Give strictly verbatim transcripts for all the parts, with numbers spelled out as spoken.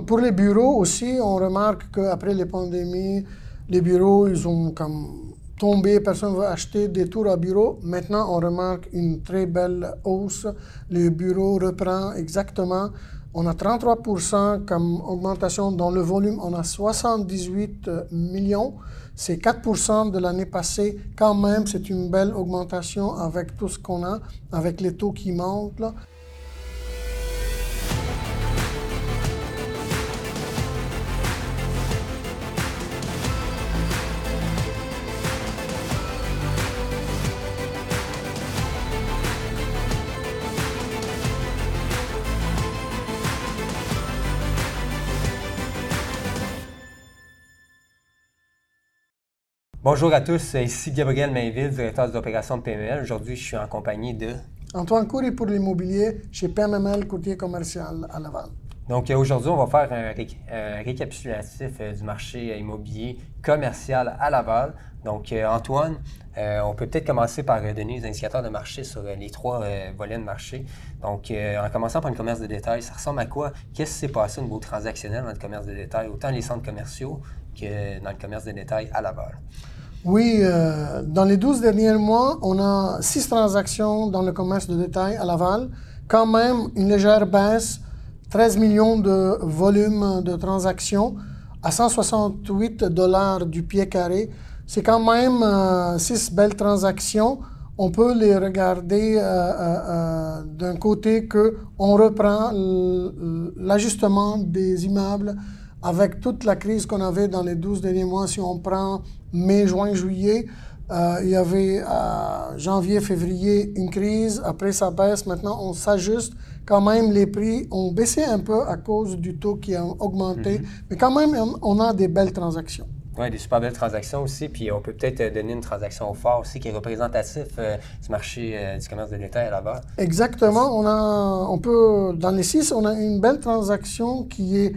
pour les bureaux aussi, on remarque qu'après les pandémies, les bureaux, ils ont comme tombé, personne ne veut acheter des tours à bureau. Maintenant, on remarque une très belle hausse. Le bureau reprend exactement. On a trente-trois pour cent comme augmentation dans le volume. On a soixante-dix-huit millions. C'est quatre pour cent de l'année passée. Quand même, c'est une belle augmentation avec tout ce qu'on a, avec les taux qui montent, là. Bonjour à tous, ici Gabriel Mainville, directeur des opérations de P M M L. Aujourd'hui, je suis en compagnie de... Antoine Coury pour l'immobilier chez P M M L, courtier commercial à Laval. Donc aujourd'hui, on va faire un, ré un récapitulatif euh, du marché immobilier commercial à Laval. Donc euh, Antoine, euh, on peut peut-être commencer par euh, donner les indicateurs de marché sur euh, les trois euh, volets de marché. Donc euh, en commençant par le commerce de détail, ça ressemble à quoi? Qu'est-ce qui s'est passé au niveau transactionnel dans le commerce de détail, autant les centres commerciaux que dans le commerce de détail à Laval? Oui, euh, dans les douze derniers mois, on a six transactions dans le commerce de détail à Laval. Quand même, une légère baisse, treize millions de volume de transactions à cent soixante-huit dollars du pied carré. C'est quand même euh, six belles transactions. On peut les regarder euh, euh, euh, d'un côté qu'on reprend l'ajustement des immeubles avec toute la crise qu'on avait dans les douze derniers mois. Si on prend mai, juin, juillet, euh, il y avait euh, janvier, février une crise. Après, ça baisse. Maintenant, on s'ajuste. Quand même, les prix ont baissé un peu à cause du taux qui a augmenté. Mm-hmm. Mais quand même, on a des belles transactions. Oui, des super belles transactions aussi. Puis on peut peut-être donner une transaction au phare aussi qui est représentatif euh, du marché euh, du commerce de détail à Laval. Exactement. On a, on peut, dans les six, on a une belle transaction qui est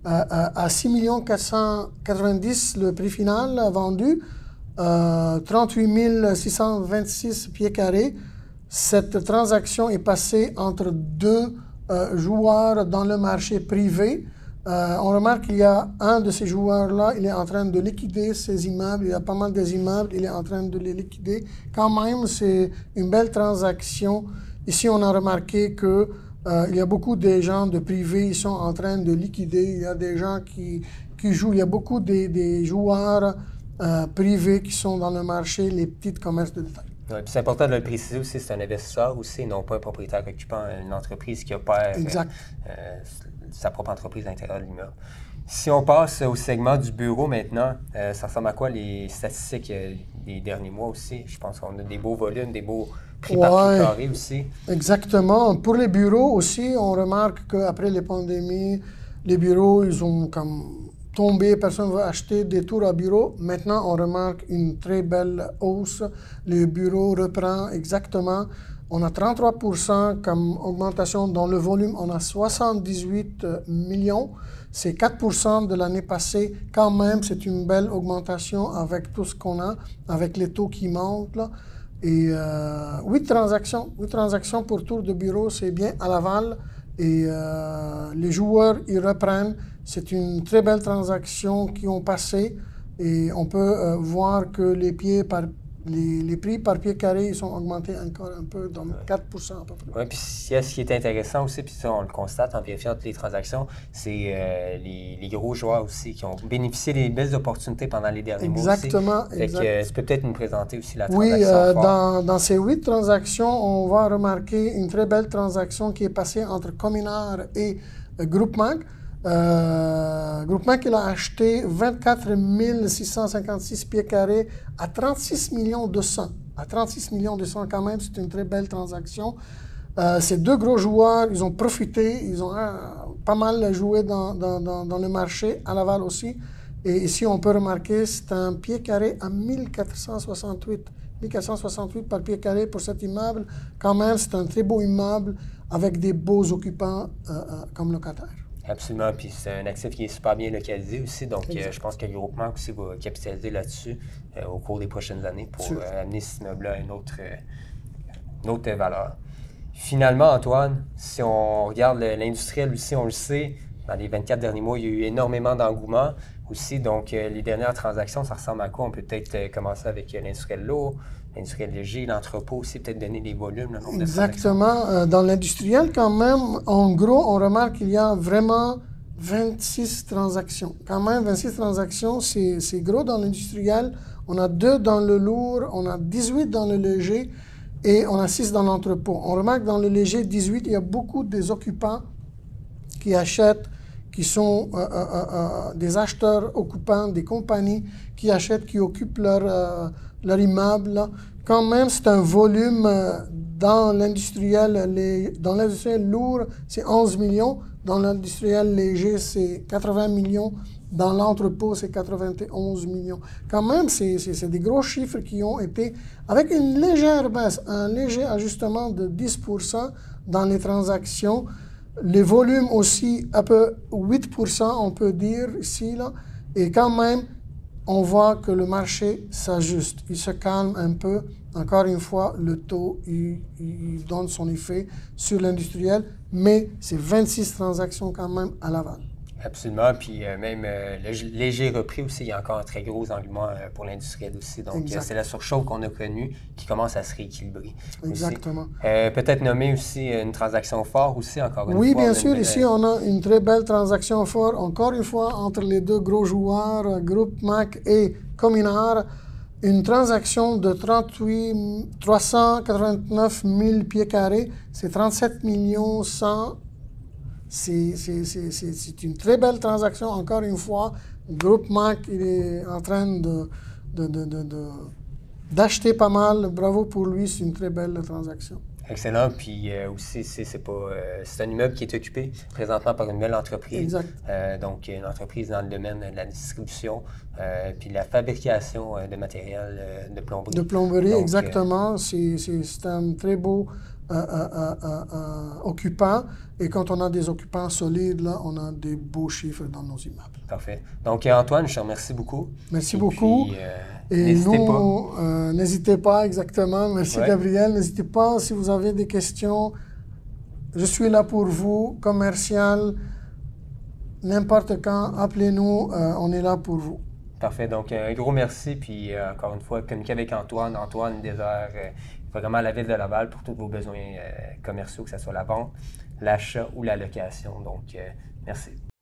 à six millions quatre cent quatre-vingt-dix le prix final vendu, euh, trente-huit mille six cent vingt-six pieds carrés. Cette transaction est passée entre deux euh, joueurs dans le marché privé. Euh, on remarque qu'il y a un de ces joueurs-là, il est en train de liquider ses immeubles. Il y a pas mal des immeubles, il est en train de les liquider. Quand même, c'est une belle transaction. Ici, on a remarqué que Euh, il y a beaucoup de gens de privés, ils sont en train de liquider. Il y a des gens qui, qui jouent. Il y a beaucoup de des joueurs euh, privés qui sont dans le marché, les petits commerces de détail. Oui, puis c'est important de le préciser aussi, c'est un investisseur aussi, non pas un propriétaire occupant, une entreprise qui opère euh, euh, sa propre entreprise à l'intérieur de l'immeuble. Si on passe au segment du bureau maintenant, euh, ça ressemble à quoi les statistiques euh, des derniers mois aussi? Je pense qu'on a des beaux volumes, des beaux prix ouais, par pied carré aussi. Exactement. Pour les bureaux aussi, on remarque qu'après les pandémies, les bureaux, ils ont comme tombé, personne ne veut acheter des tours à bureau. Maintenant, on remarque une très belle hausse. Le bureau reprend exactement. On a trente-trois pour cent comme augmentation dans le volume. On a soixante-dix-huit millions. C'est quatre pour cent de l'année passée. Quand même, c'est une belle augmentation avec tout ce qu'on a, avec les taux qui montent, là. Et euh, huit transactions, huit transactions pour tour de bureau, c'est bien à Laval. Et euh, les joueurs, ils reprennent. C'est une très belle transaction qui ont passé. Et on peut euh, voir que les pieds par Les, les prix par pied carré ils sont augmentés encore un peu, donc ouais. quatre pour cent à peu près. Oui, puis ce qui est intéressant aussi, puis ça on le constate en vérifiant toutes les transactions, c'est euh, les, les gros joueurs aussi qui ont bénéficié des belles opportunités pendant les derniers exactement, mois aussi. Exactement. Euh, tu peux peut-être nous présenter aussi la oui, transaction euh, forte. dans, dans ces huit transactions, on va remarquer une très belle transaction qui est passée entre Cominard et euh, Groupement. Euh, Groupement il a acheté vingt-quatre mille six cent cinquante-six pieds carrés à trente-six millions deux cents. À trente-six millions deux cents quand même, c'est une très belle transaction. Euh, ces deux gros joueurs, ils ont profité, ils ont euh, pas mal joué dans, dans, dans, dans le marché, à Laval aussi. Et ici, on peut remarquer, c'est un pied carré à mille quatre cent soixante-huit. mille quatre cent soixante-huit par pied carré pour cet immeuble. Quand même, c'est un très beau immeuble avec des beaux occupants euh, euh, comme locataires. Absolument, puis c'est un actif qui est super bien localisé aussi, donc euh, je pense que le groupement aussi va capitaliser là-dessus euh, au cours des prochaines années pour euh, amener cet immeuble-là à une autre, euh, une autre valeur. Finalement, Antoine, si on regarde l'industriel aussi, on le sait, dans les vingt-quatre derniers mois, il y a eu énormément d'engouement aussi. Donc, euh, les dernières transactions, ça ressemble à quoi? On peut peut-être euh, commencer avec euh, l'industriel lourd, l'industriel léger, l'entrepôt aussi, peut-être donner des volumes, le nombre de transactions. Exactement. Euh, dans l'industriel, quand même, en gros, on remarque qu'il y a vraiment vingt-six transactions. Quand même, vingt-six transactions, c'est c'est gros dans l'industriel. On a deux dans le lourd, on a dix-huit dans le léger et on a six dans l'entrepôt. On remarque dans le léger, dix-huit, il y a beaucoup des occupants qui achètent, qui sont euh, euh, euh, des acheteurs occupants, des compagnies qui achètent, qui occupent leur, euh, leur immeuble. Là. Quand même, c'est un volume euh, dans l'industriel, les, dans l'industriel lourd, c'est onze millions. Dans l'industriel léger, c'est quatre-vingts millions. Dans l'entrepôt, c'est quatre-vingt-onze millions. Quand même, c'est, c'est, c'est des gros chiffres qui ont été, avec une légère baisse, un léger ajustement de dix pour cent dans les transactions. Les volumes aussi, un peu huit pour cent, on peut dire ici, là. Et quand même, on voit que le marché s'ajuste. Il se calme un peu. Encore une fois, le taux, il, il donne son effet sur l'industriel, mais c'est vingt-six transactions quand même à l'aval. Absolument. Puis euh, même euh, le léger repris aussi, il y a encore un très gros engouement euh, pour l'industriel aussi. Donc, euh, c'est la surchauffe qu'on a connue qui commence à se rééquilibrer. Exactement. Euh, Peut-être nommer aussi une transaction forte aussi, encore une oui, fois. Oui, bien sûr. Une... Ici, on a une très belle transaction forte, encore une fois, entre les deux gros joueurs, Groupe Mac et Cominard. Une transaction de trente-huit, trois cent quatre-vingt-neuf mille pieds carrés, c'est trente-sept millions cent. C'est, c'est, c'est, c'est, c'est une très belle transaction. Encore une fois, Groupe Mac, il est en train de, de, de, de, de, d'acheter pas mal. Bravo pour lui, c'est une très belle transaction. Excellent. Puis euh, aussi, c'est, c'est, pas, euh, c'est un immeuble qui est occupé présentement par une nouvelle entreprise. Exact. Euh, donc, une entreprise dans le domaine de la distribution euh, puis la fabrication euh, de matériel euh, de plomberie. De plomberie, donc, exactement. Euh, c'est, c'est, c'est un très beau euh, euh, euh, euh, occupant. Et quand on a des occupants solides, là, on a des beaux chiffres dans nos immeubles. Parfait. Donc, Antoine, je te remercie beaucoup. Merci Et beaucoup. Puis, euh, Et n'hésitez nous, pas. Euh, n'hésitez pas, exactement. Merci, ouais. Gabriel. N'hésitez pas si vous avez des questions. Je suis là pour vous, commercial, n'importe quand, appelez-nous, euh, on est là pour vous. Parfait. Donc, un gros merci. Puis, euh, encore une fois, communiquez avec Antoine. Antoine Désert, euh, vraiment la ville de Laval pour tous vos besoins euh, commerciaux, que ce soit la vente, l'achat ou la location. Donc, euh, merci.